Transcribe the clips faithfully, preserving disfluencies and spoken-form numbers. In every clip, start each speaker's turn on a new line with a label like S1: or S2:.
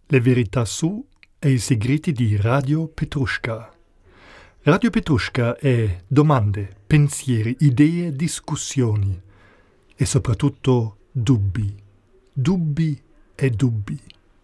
S1: Le verità su e i segreti di Radio Petrushka. Radio Petrushka è domande, pensieri, idee, discussioni e soprattutto dubbi, dubbi e dubbi.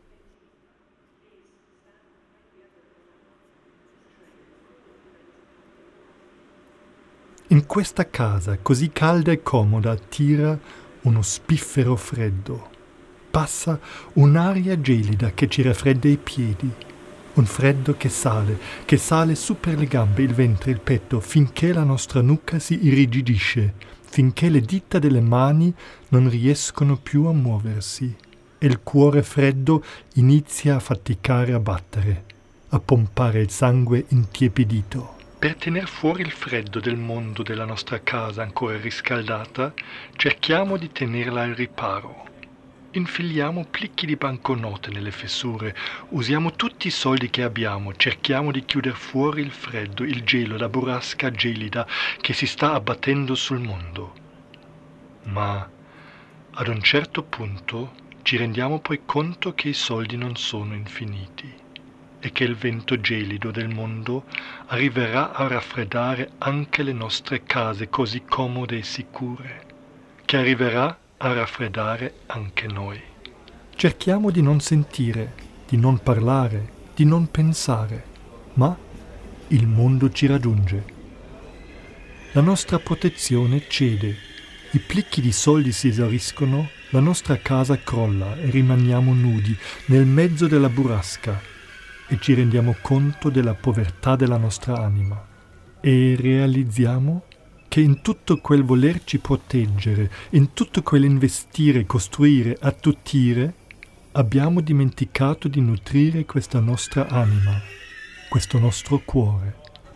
S1: In questa casa così calda e comoda tira uno spiffero freddo. Passa un'aria gelida che ci raffredda i piedi, un freddo che sale, che sale su per le gambe, il ventre, il petto, finché la nostra nuca si irrigidisce, finché le dita delle mani non riescono più a muoversi e il cuore freddo inizia a faticare a battere, a pompare il sangue intiepidito. Per tener fuori il freddo del mondo della nostra casa ancora riscaldata, cerchiamo di tenerla al riparo. Infiliamo plicchi di banconote nelle fessure, usiamo tutti i soldi che abbiamo, cerchiamo di chiudere fuori il freddo, il gelo, la burrasca gelida che si sta abbattendo sul mondo. Ma ad un certo punto ci rendiamo poi conto che i soldi non sono infiniti e che il vento gelido del mondo arriverà a raffreddare anche le nostre case così comode e sicure, che arriverà a raffreddare anche noi. Cerchiamo di non sentire, di non parlare, di non pensare, ma il mondo ci raggiunge. La nostra protezione cede, i plicchi di soldi si esauriscono, la nostra casa crolla e rimaniamo nudi nel mezzo della burrasca e ci rendiamo conto della povertà della nostra anima e realizziamo che in tutto quel volerci proteggere, in tutto quell'investire, costruire, attutire, abbiamo dimenticato di nutrire questa nostra anima, questo nostro cuore.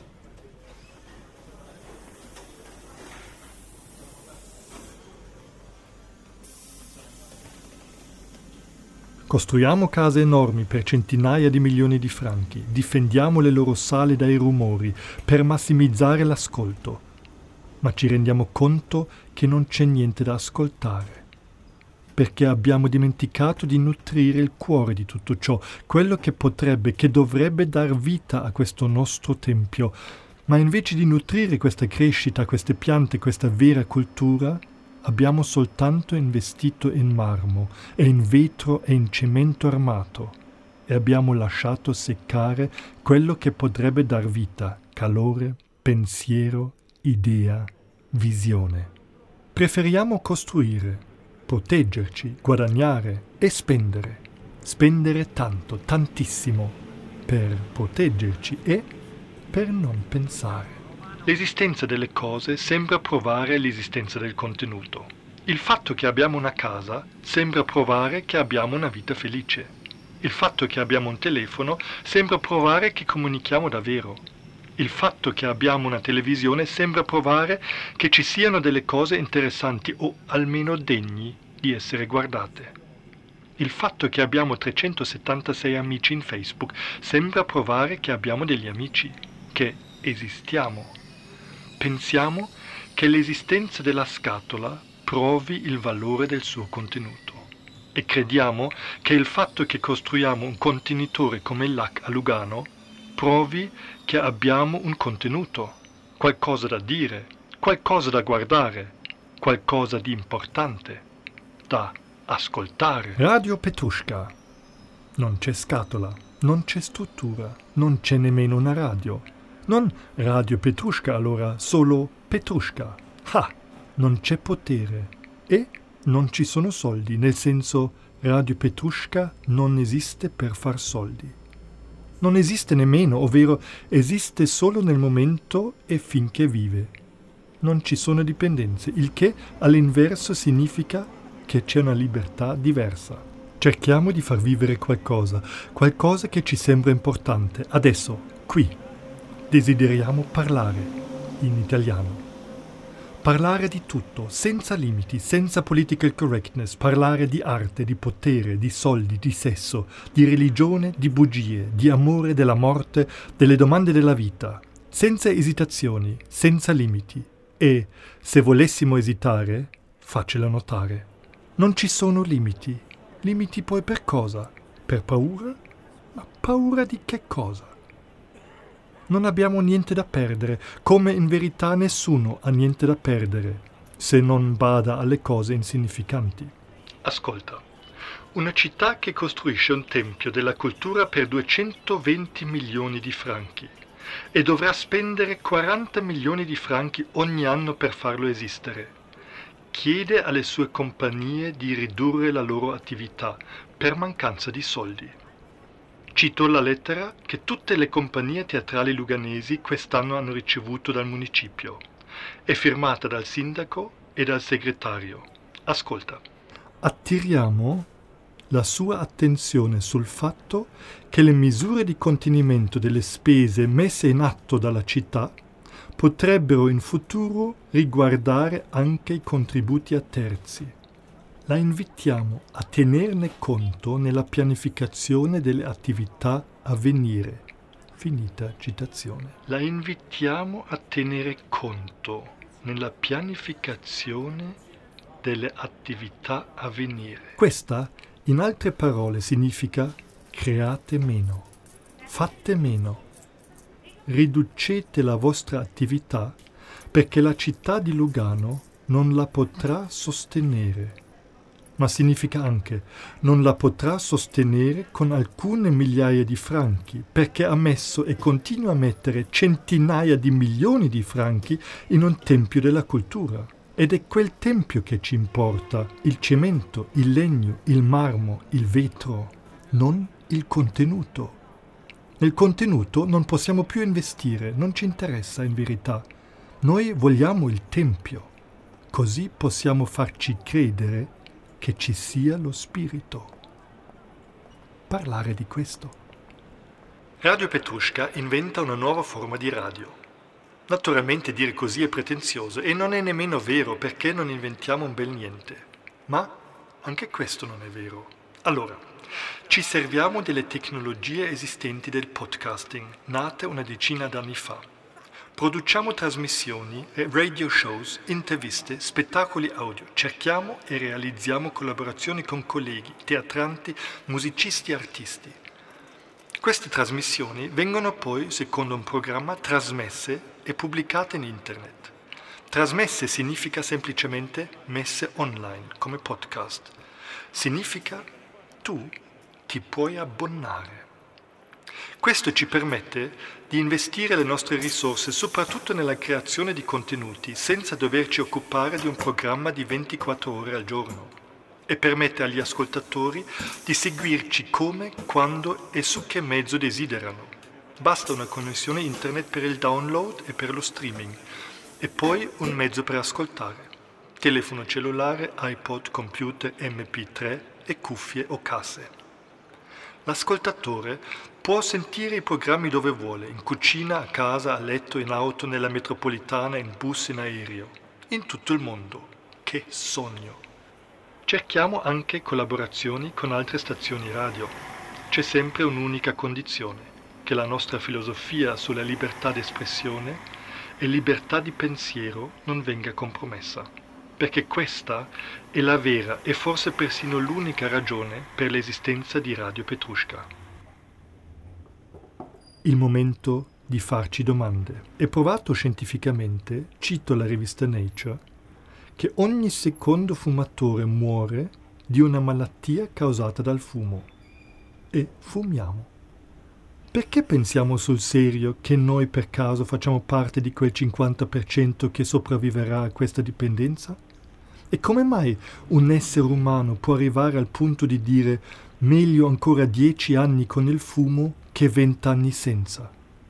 S1: Costruiamo case enormi per centinaia di milioni di franchi, difendiamo le loro sale dai rumori per massimizzare l'ascolto. Ma ci rendiamo conto che non c'è niente da ascoltare, perché abbiamo dimenticato di nutrire il cuore di tutto ciò, quello che potrebbe, che dovrebbe dar vita a questo nostro tempio. Ma invece di nutrire questa crescita, queste piante, questa vera cultura, abbiamo soltanto investito in marmo e in vetro e in cemento armato e abbiamo lasciato seccare quello che potrebbe dar vita, calore, pensiero, idea, visione. Preferiamo costruire, proteggerci, guadagnare e spendere. Spendere tanto, tantissimo, per proteggerci e per non pensare. L'esistenza delle cose sembra provare l'esistenza del contenuto. Il fatto che abbiamo una casa sembra provare che abbiamo una vita felice. Il fatto che abbiamo un telefono sembra provare che comunichiamo davvero. Il fatto che abbiamo una televisione sembra provare che ci siano delle cose interessanti o almeno degni di essere guardate. Il fatto che abbiamo trecentosettantasei amici in Facebook sembra provare che abbiamo degli amici, che esistiamo. Pensiamo che l'esistenza della scatola provi il valore del suo contenuto e crediamo che il fatto che costruiamo un contenitore come il L A C a Lugano provi che abbiamo un contenuto, qualcosa da dire, qualcosa da guardare, qualcosa di importante, da ascoltare. Radio Petrushka. Non c'è scatola, non c'è struttura, non c'è nemmeno una radio. Non Radio Petrushka allora, solo Petrushka. Ah, non c'è potere e non ci sono soldi, nel senso Radio Petrushka non esiste per far soldi. Non esiste nemmeno, ovvero esiste solo nel momento e finché vive. Non ci sono dipendenze, il che all'inverso significa che c'è una libertà diversa. Cerchiamo di far vivere qualcosa, qualcosa che ci sembra importante, adesso, qui. Desideriamo parlare in italiano. Parlare di tutto, senza limiti, senza political correctness, parlare di arte, di potere, di soldi, di sesso, di religione, di bugie, di amore, della morte, delle domande della vita, senza esitazioni, senza limiti. E, se volessimo esitare, faccelo notare. Non ci sono limiti. Limiti poi per cosa? Per paura? Ma paura di che cosa? Non abbiamo niente da perdere, come in verità nessuno ha niente da perdere, se non bada alle cose insignificanti. Ascolta, una città che costruisce un tempio della cultura per duecentoventi milioni di franchi e dovrà spendere quaranta milioni di franchi ogni anno per farlo esistere. Chiede alle sue compagnie di ridurre la loro attività per mancanza di soldi. Cito la lettera che tutte le compagnie teatrali luganesi quest'anno hanno ricevuto dal municipio. È firmata dal sindaco e dal segretario. Ascolta. Attiriamo la sua attenzione sul fatto che le misure di contenimento delle spese messe in atto dalla città potrebbero in futuro riguardare anche i contributi a terzi. La invitiamo a tenerne conto nella pianificazione delle attività a venire. Finita citazione. La invitiamo a tenere conto nella pianificazione delle attività a venire. Questa, in altre parole, significa create meno, fate meno, riducete la vostra attività perché la città di Lugano non la potrà sostenere. Ma significa anche non la potrà sostenere con alcune migliaia di franchi, perché ha messo e continua a mettere centinaia di milioni di franchi in un tempio della cultura. Ed è quel tempio che ci importa, il cemento, il legno, il marmo, il vetro, non il contenuto. Nel contenuto non possiamo più investire, non ci interessa in verità. Noi vogliamo il tempio, così possiamo farci credere che ci sia lo spirito. Parlare di questo. Radio Petrushka inventa una nuova forma di radio. Naturalmente dire così è pretenzioso e non è nemmeno vero perché non inventiamo un bel niente. Ma anche questo non è vero. Allora, ci serviamo delle tecnologie esistenti del podcasting, nate una decina d'anni fa. Produciamo trasmissioni, radio shows, interviste, spettacoli audio. Cerchiamo e realizziamo collaborazioni con colleghi, teatranti, musicisti e artisti. Queste trasmissioni vengono poi, secondo un programma, trasmesse e pubblicate in internet. Trasmesse significa semplicemente messe online, come podcast. Significa tu ti puoi abbonare. Questo ci permette di investire le nostre risorse soprattutto nella creazione di contenuti senza doverci occupare di un programma di ventiquattro ore al giorno e permette agli ascoltatori di seguirci come, quando e su che mezzo desiderano. Basta una connessione internet per il download e per lo streaming e poi un mezzo per ascoltare. Telefono cellulare, iPod, computer, emme pi tre e cuffie o casse. L'ascoltatore può sentire i programmi dove vuole, in cucina, a casa, a letto, in auto, nella metropolitana, in bus, in aereo, in tutto il mondo. Che sogno! Cerchiamo anche collaborazioni con altre stazioni radio. C'è sempre un'unica condizione, che la nostra filosofia sulla libertà d'espressione e libertà di pensiero non venga compromessa. Perché questa è la vera e forse persino l'unica ragione per l'esistenza di Radio Petrushka. Il momento di farci domande. È provato scientificamente, cito la rivista Nature, che ogni secondo fumatore muore di una malattia causata dal fumo. E fumiamo. Perché pensiamo sul serio che noi per caso facciamo parte di quel cinquanta per cento che sopravviverà a questa dipendenza? E come mai un essere umano può arrivare al punto di dire meglio ancora dieci anni con il fumo che vent'anni senza?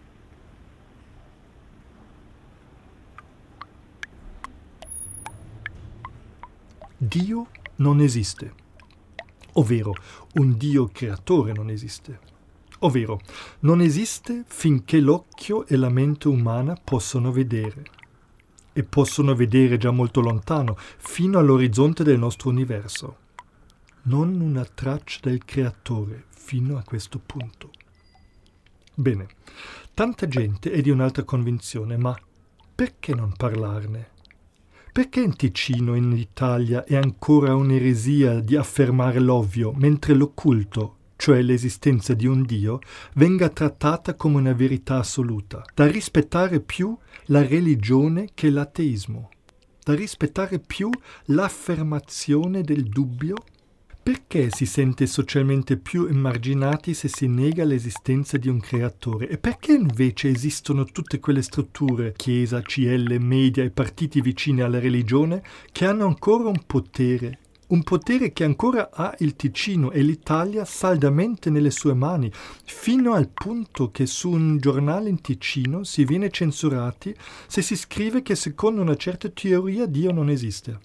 S1: Dio non esiste, ovvero un Dio creatore non esiste, ovvero non esiste finché l'occhio e la mente umana possono vedere. E possono vedere già molto lontano, fino all'orizzonte del nostro universo. Non una traccia del creatore fino a questo punto. Bene, tanta gente è di un'altra convinzione, ma perché non parlarne? Perché in Ticino, in Italia, è ancora un'eresia di affermare l'ovvio, mentre l'occulto cioè l'esistenza di un Dio, venga trattata come una verità assoluta, da rispettare più la religione che l'ateismo, da rispettare più l'affermazione del dubbio? Perché si sente socialmente più emarginati se si nega l'esistenza di un creatore? E perché invece esistono tutte quelle strutture, Chiesa, C L, media e partiti vicini alla religione, che hanno ancora un potere? Un potere che ancora ha il Ticino e l'Italia saldamente nelle sue mani, fino al punto che su un giornale in Ticino si viene censurati se si scrive che secondo una certa teoria Dio non esiste.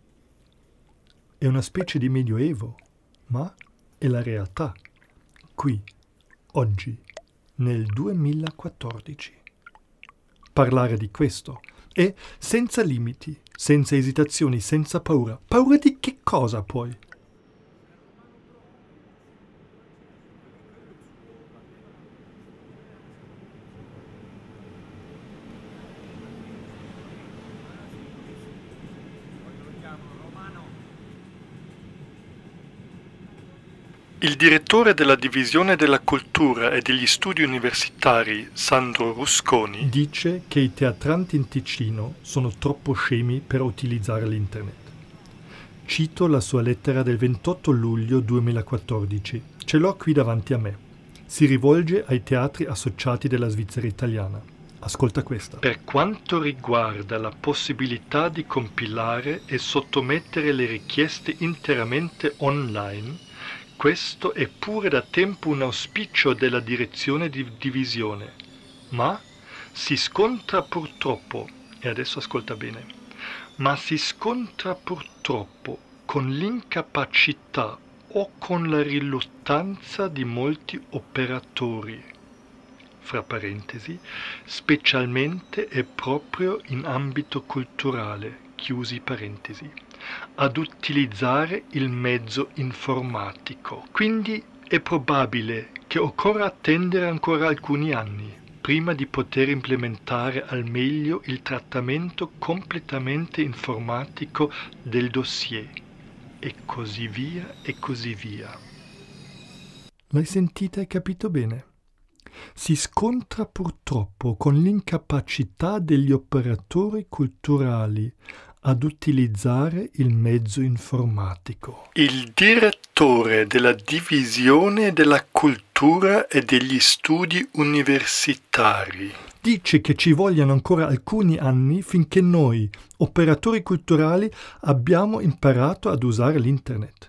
S1: È una specie di medioevo, ma è la realtà, qui, oggi, nel duemilaquattordici. Parlare di questo è senza limiti, senza esitazioni, senza paura. Paura di che cosa poi? Il direttore della Divisione della Cultura e degli Studi Universitari, Sandro Rusconi, dice che i teatranti in Ticino sono troppo scemi per utilizzare l'internet. Cito la sua lettera del ventotto luglio duemilaquattordici. Ce l'ho qui davanti a me. Si rivolge ai teatri associati della Svizzera italiana. Ascolta questa. Per quanto riguarda la possibilità di compilare e sottomettere le richieste interamente online, questo è pure da tempo un auspicio della direzione di divisione, ma si scontra purtroppo, e adesso ascolta bene, ma si scontra purtroppo con l'incapacità o con la riluttanza di molti operatori, fra parentesi, specialmente e proprio in ambito culturale, chiusi parentesi, ad utilizzare il mezzo informatico. Quindi è probabile che occorra attendere ancora alcuni anni prima di poter implementare al meglio il trattamento completamente informatico del dossier, e così via e così via. L'hai sentita e capito bene? Si scontra purtroppo con l'incapacità degli operatori culturali ad utilizzare il mezzo informatico. Il direttore della Divisione della Cultura e degli Studi Universitari dice che ci vogliano ancora alcuni anni finché noi, operatori culturali, abbiamo imparato ad usare l'internet.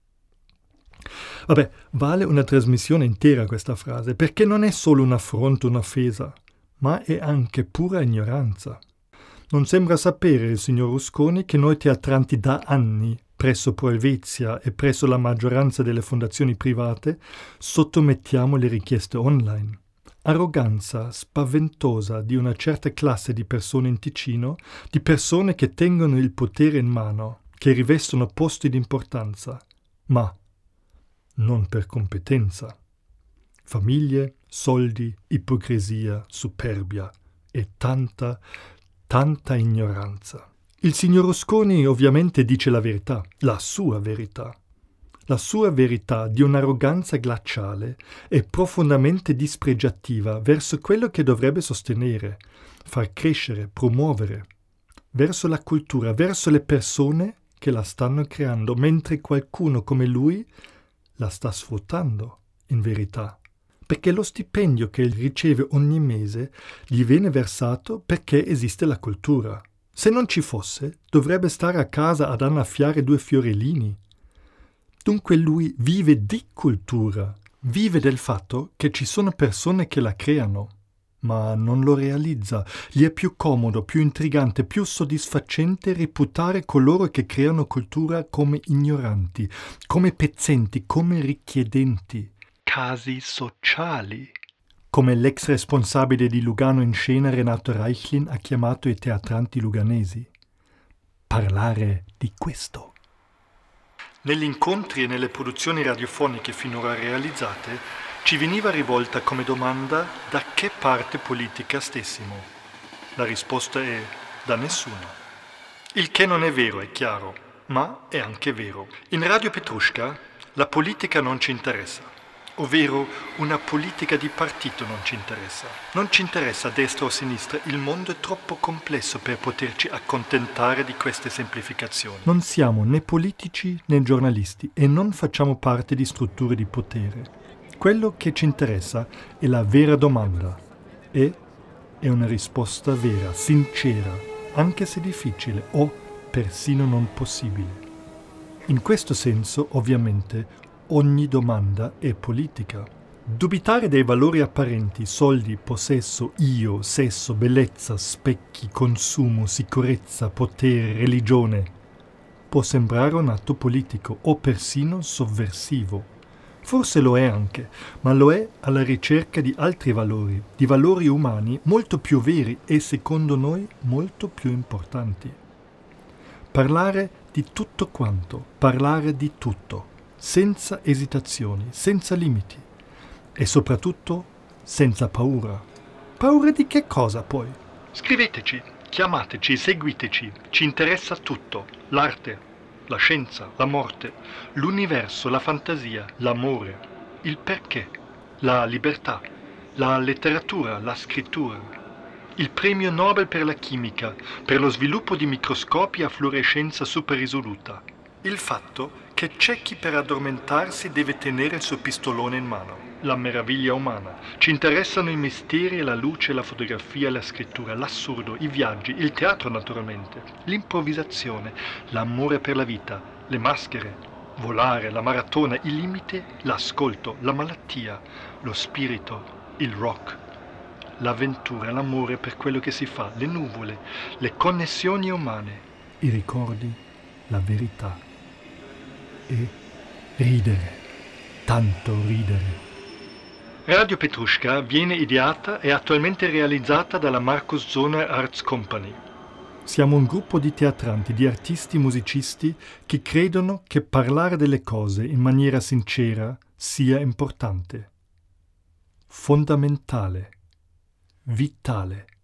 S1: Vabbè, vale una trasmissione intera questa frase, perché non è solo un affronto, un'offesa, ma è anche pura ignoranza. Non sembra sapere il signor Rusconi che noi teatranti da anni, presso Pro Helvetia e presso la maggioranza delle fondazioni private, sottomettiamo le richieste online. Arroganza spaventosa di una certa classe di persone in Ticino, di persone che tengono il potere in mano, che rivestono posti di importanza, ma non per competenza. Famiglie, soldi, ipocrisia, superbia e tanta, tanta ignoranza. Il signor Rusconi ovviamente dice la verità, la sua verità. La sua verità di un'arroganza glaciale e profondamente dispregiativa verso quello che dovrebbe sostenere, far crescere, promuovere, verso la cultura, verso le persone che la stanno creando, mentre qualcuno come lui la sta sfruttando, in verità, perché lo stipendio che riceve ogni mese gli viene versato perché esiste la cultura. Se non ci fosse, dovrebbe stare a casa ad annaffiare due fiorellini. Dunque lui vive di cultura, vive del fatto che ci sono persone che la creano, ma non lo realizza. Gli è più comodo, più intrigante, più soddisfacente reputare coloro che creano cultura come ignoranti, come pezzenti, come richiedenti, casi sociali. Come l'ex responsabile di Lugano in Scena Renato Reichlin ha chiamato i teatranti luganesi. Parlare di questo. Negli incontri e nelle produzioni radiofoniche finora realizzate ci veniva rivolta come domanda da che parte politica stessimo. La risposta è da nessuna. Il che non è vero, è chiaro, ma è anche vero. In Radio Petrushka la politica non ci interessa. ovvero una politica di partito non ci interessa. Non ci interessa destra o sinistra, il mondo è troppo complesso per poterci accontentare di queste semplificazioni. Non siamo né politici né giornalisti e non facciamo parte di strutture di potere. Quello che ci interessa è la vera domanda e è una risposta vera, sincera, anche se difficile o persino non possibile. In questo senso, ovviamente, ogni domanda è politica. Dubitare dei valori apparenti, soldi, possesso, io, sesso, bellezza, specchi, consumo, sicurezza, potere, religione, può sembrare un atto politico o persino sovversivo. Forse lo è anche, ma lo è alla ricerca di altri valori, di valori umani molto più veri e, secondo noi, molto più importanti. Parlare di tutto quanto, parlare di tutto, senza esitazioni, senza limiti e soprattutto senza paura. Paura di che cosa poi? Scriveteci, chiamateci, seguiteci, ci interessa tutto, l'arte, la scienza, la morte, l'universo, la fantasia, l'amore, il perché, la libertà, la letteratura, la scrittura, il premio Nobel per la chimica, per lo sviluppo di microscopi a fluorescenza superrisoluta, il fatto che c'è chi per addormentarsi deve tenere il suo pistolone in mano, la meraviglia umana. Ci interessano i misteri e la luce, la fotografia, la scrittura, l'assurdo, i viaggi, il teatro naturalmente, l'improvvisazione, l'amore per la vita, le maschere, volare, la maratona, il limite, l'ascolto, la malattia, lo spirito, il rock, l'avventura, l'amore per quello che si fa, le nuvole, le connessioni umane, i ricordi, la verità e ridere, tanto ridere. Radio Petrushka viene ideata e attualmente realizzata dalla Markus Zohner Arts Company. Siamo un gruppo di teatranti, di artisti musicisti che credono che parlare delle cose in maniera sincera sia importante, fondamentale, vitale.